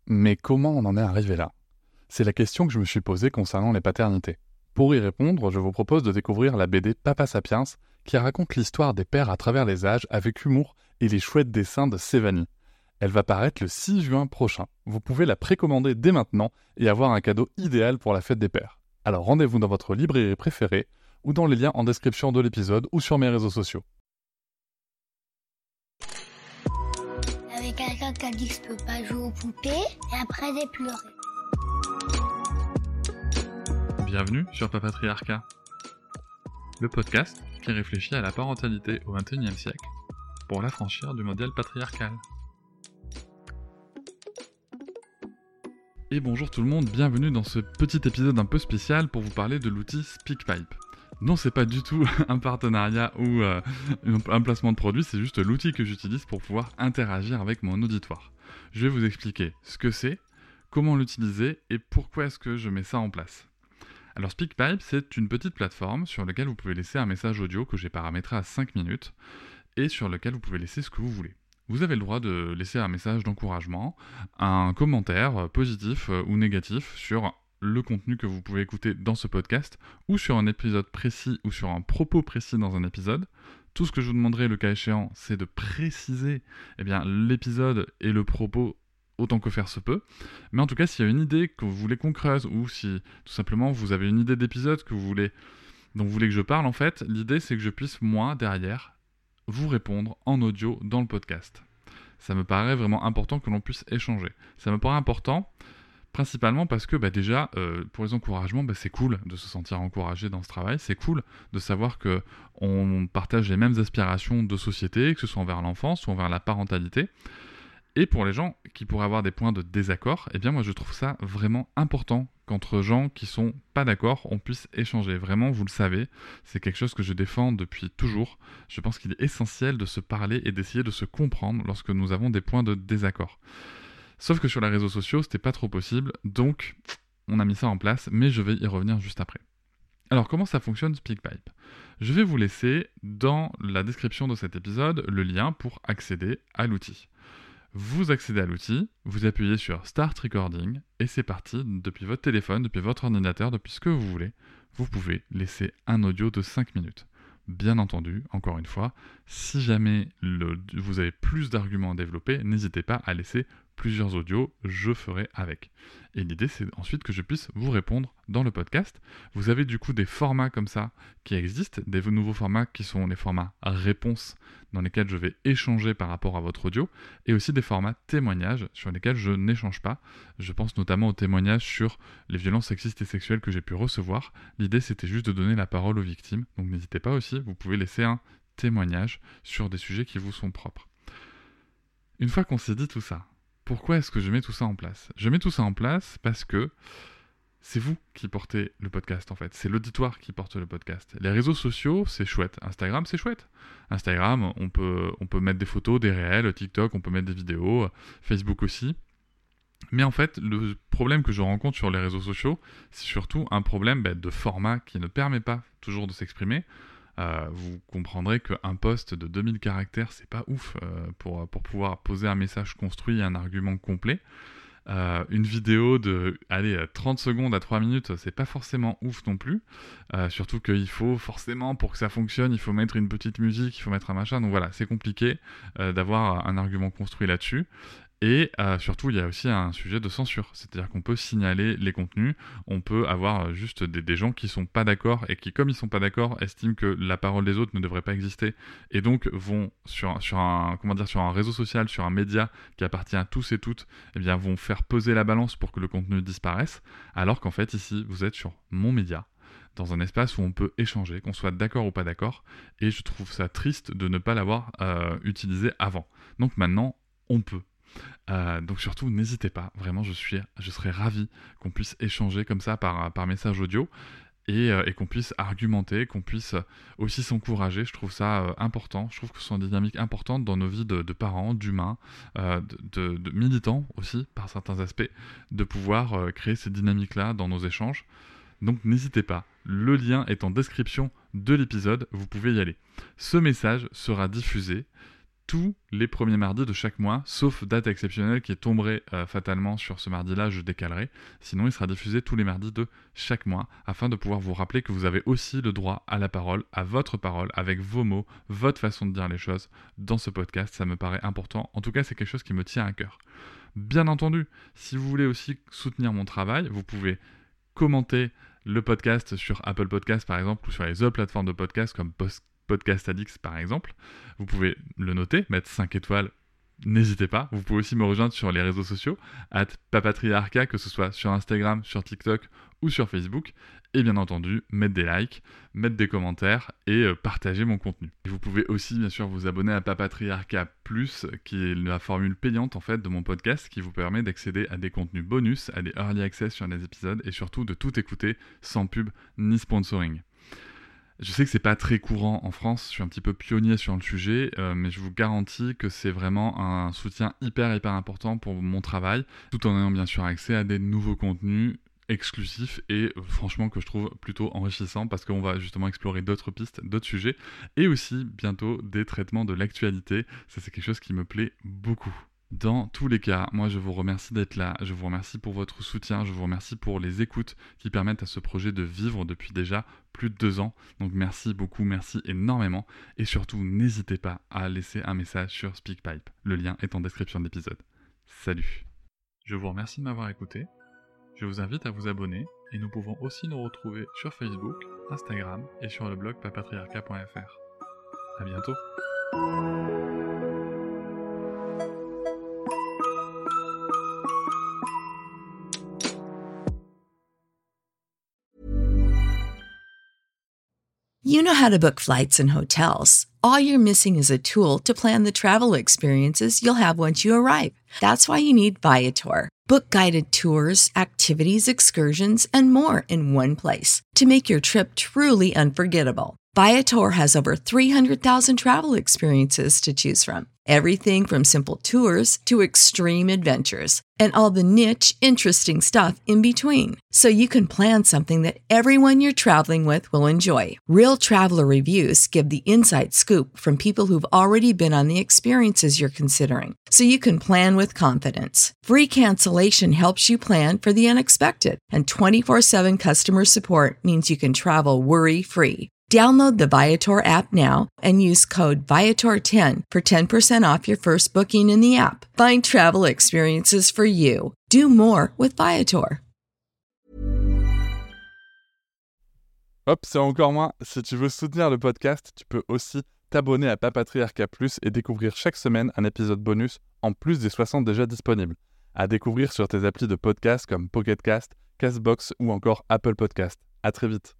Mais comment on en est arrivé là? C'est la question que je me suis posée concernant les paternités. Pour y répondre, je vous propose de découvrir la BD Papa Sapiens, qui raconte l'histoire des pères à travers les âges avec humour et les chouettes dessins de Sévanie. Elle va paraître le 6 juin prochain. Vous pouvez la précommander dès maintenant et avoir un cadeau idéal pour la fête des pères. Alors rendez-vous dans votre librairie préférée ou dans les liens en description de l'épisode ou sur mes réseaux sociaux. Avec quelqu'un qui a dit que je peux pas jouer aux poupées et après j'ai pleuré. Bienvenue sur Papatriarcat, le podcast qui réfléchit à la parentalité au XXIe siècle pour l'affranchir du modèle patriarcal. Et bonjour tout le monde, bienvenue dans ce petit épisode un peu spécial pour vous parler de l'outil SpeakPipe. Non, c'est pas du tout un partenariat ou un placement de produit, c'est juste l'outil que j'utilise pour pouvoir interagir avec mon auditoire. Je vais vous expliquer ce que c'est, comment l'utiliser et pourquoi est-ce que je mets ça en place. Alors SpeakPipe, c'est une petite plateforme sur laquelle vous pouvez laisser un message audio que j'ai paramétré à 5 minutes et sur lequel vous pouvez laisser ce que vous voulez. Vous avez le droit de laisser un message d'encouragement, un commentaire positif ou négatif sur le contenu que vous pouvez écouter dans ce podcast ou sur un épisode précis ou sur un propos précis dans un épisode. Tout ce que je vous demanderai le cas échéant, c'est de préciser l'épisode et le propos autant que faire se peut. Mais en tout cas, s'il y a une idée que vous voulez qu'on creuse ou si tout simplement vous avez une idée d'épisode dont vous voulez que je parle, en fait, l'idée c'est que je puisse, moi, derrière, vous répondre en audio dans le podcast. Ça me paraît vraiment important que l'on puisse échanger. Ça me paraît important principalement parce que déjà, pour les encouragements, c'est cool de se sentir encouragé dans ce travail. C'est cool de savoir qu'on partage les mêmes aspirations de société, que ce soit envers l'enfance ou envers la parentalité. Et pour les gens qui pourraient avoir des points de désaccord, moi je trouve ça vraiment important qu'entre gens qui sont pas d'accord, on puisse échanger. Vraiment, vous le savez, c'est quelque chose que je défends depuis toujours. Je pense qu'il est essentiel de se parler et d'essayer de se comprendre lorsque nous avons des points de désaccord. Sauf que sur les réseaux sociaux, c'était pas trop possible, donc on a mis ça en place, mais je vais y revenir juste après. Alors comment ça fonctionne SpeakPipe ? Je vais vous laisser dans la description de cet épisode le lien pour accéder à l'outil. Vous accédez à l'outil, vous appuyez sur Start Recording et c'est parti. Depuis votre téléphone, depuis votre ordinateur, depuis ce que vous voulez, vous pouvez laisser un audio de 5 minutes. Bien entendu, encore une fois, si jamais vous avez plus d'arguments à développer, n'hésitez pas à laisser plusieurs audios, je ferai avec. Et l'idée, c'est ensuite que je puisse vous répondre dans le podcast. Vous avez du coup des formats comme ça qui existent, des nouveaux formats qui sont les formats réponses dans lesquels je vais échanger par rapport à votre audio, et aussi des formats témoignages sur lesquels je n'échange pas. Je pense notamment aux témoignages sur les violences sexistes et sexuelles que j'ai pu recevoir. L'idée, c'était juste de donner la parole aux victimes, donc n'hésitez pas aussi, vous pouvez laisser un témoignage sur des sujets qui vous sont propres. Une fois qu'on s'est dit tout ça, pourquoi est-ce que je mets tout ça en place ? Je mets tout ça en place parce que c'est vous qui portez le podcast en fait. C'est l'auditoire qui porte le podcast. Les réseaux sociaux, c'est chouette. Instagram, c'est chouette. Instagram, on peut mettre des photos, des réels. TikTok, on peut mettre des vidéos. Facebook aussi. Mais en fait, le problème que je rencontre sur les réseaux sociaux, c'est surtout un problème de format qui ne permet pas toujours de s'exprimer. Vous comprendrez qu'un post de 2000 caractères, c'est pas ouf pour pouvoir poser un message construit et un argument complet. Une vidéo de 30 secondes à 3 minutes, c'est pas forcément ouf non plus. Surtout qu'il faut forcément, pour que ça fonctionne, il faut mettre une petite musique, il faut mettre un machin. Donc voilà, c'est compliqué d'avoir un argument construit là-dessus. Et surtout, il y a aussi un sujet de censure. C'est-à-dire qu'on peut signaler les contenus, on peut avoir juste des gens qui sont pas d'accord et qui, comme ils sont pas d'accord, estiment que la parole des autres ne devrait pas exister et donc vont sur un réseau social, sur un média qui appartient à tous et toutes, vont faire peser la balance pour que le contenu disparaisse, alors qu'en fait, ici, vous êtes sur mon média, dans un espace où on peut échanger, qu'on soit d'accord ou pas d'accord, et je trouve ça triste de ne pas l'avoir utilisé avant. Donc maintenant, on peut. Donc surtout n'hésitez pas, vraiment je serais ravi qu'on puisse échanger comme ça par message audio et qu'on puisse argumenter, qu'on puisse aussi s'encourager. Je trouve ça important, je trouve que ce sont des dynamiques importantes dans nos vies de parents, d'humains, de militants aussi par certains aspects, de pouvoir créer ces dynamiques-là dans nos échanges. Donc n'hésitez pas, le lien est en description de l'épisode, vous pouvez y aller. Ce message sera diffusé tous les premiers mardis de chaque mois, sauf date exceptionnelle qui tomberait fatalement sur ce mardi-là, je décalerai. Sinon, il sera diffusé tous les mardis de chaque mois, afin de pouvoir vous rappeler que vous avez aussi le droit à la parole, à votre parole, avec vos mots, votre façon de dire les choses dans ce podcast. Ça me paraît important. En tout cas, c'est quelque chose qui me tient à cœur. Bien entendu, si vous voulez aussi soutenir mon travail, vous pouvez commenter le podcast sur Apple Podcasts par exemple, ou sur les autres plateformes de podcast comme Podcast Addicts par exemple. Vous pouvez le noter, mettre 5 étoiles, n'hésitez pas. Vous pouvez aussi me rejoindre sur les réseaux sociaux, @papatriarca, que ce soit sur Instagram, sur TikTok ou sur Facebook. Et bien entendu, mettre des likes, mettre des commentaires et partager mon contenu. Et vous pouvez aussi bien sûr vous abonner à Papatriarca Plus, qui est la formule payante en fait de mon podcast, qui vous permet d'accéder à des contenus bonus, à des early access sur les épisodes et surtout de tout écouter sans pub ni sponsoring. Je sais que c'est pas très courant en France, je suis un petit peu pionnier sur le sujet, mais je vous garantis que c'est vraiment un soutien hyper important pour mon travail, tout en ayant bien sûr accès à des nouveaux contenus exclusifs et franchement que je trouve plutôt enrichissant parce qu'on va justement explorer d'autres pistes, d'autres sujets et aussi bientôt des traitements de l'actualité. Ça, c'est quelque chose qui me plaît beaucoup. Dans tous les cas, moi je vous remercie d'être là, je vous remercie pour votre soutien, je vous remercie pour les écoutes qui permettent à ce projet de vivre depuis déjà plus de 2 ans. Donc merci beaucoup, merci énormément et surtout n'hésitez pas à laisser un message sur SpeakPipe. Le lien est en description de l'épisode. Salut. Je vous remercie de m'avoir écouté. Je vous invite à vous abonner et nous pouvons aussi nous retrouver sur Facebook, Instagram et sur le blog papatriarca.fr. À bientôt. You know how to book flights and hotels. All you're missing is a tool to plan the travel experiences you'll have once you arrive. That's why you need Viator. Book guided tours, activities, excursions, and more in one place to make your trip truly unforgettable. Viator has over 300,000 travel experiences to choose from. Everything from simple tours to extreme adventures and all the niche, interesting stuff in between. So you can plan something that everyone you're traveling with will enjoy. Real traveler reviews give the inside scoop from people who've already been on the experiences you're considering. So you can plan with confidence. Free cancellation helps you plan for the unexpected. And 24/7 customer support means you can travel worry-free. Download the Viator app now and use code Viator10 for 10% off your first booking in the app. Find travel experiences for you. Do more with Viator. Hop, c'est encore moins. Si tu veux soutenir le podcast, tu peux aussi t'abonner à Papatriarca Plus et découvrir chaque semaine un épisode bonus en plus des 60 déjà disponibles. À découvrir sur tes applis de podcast comme Pocket Cast, Castbox ou encore Apple Podcast. À très vite.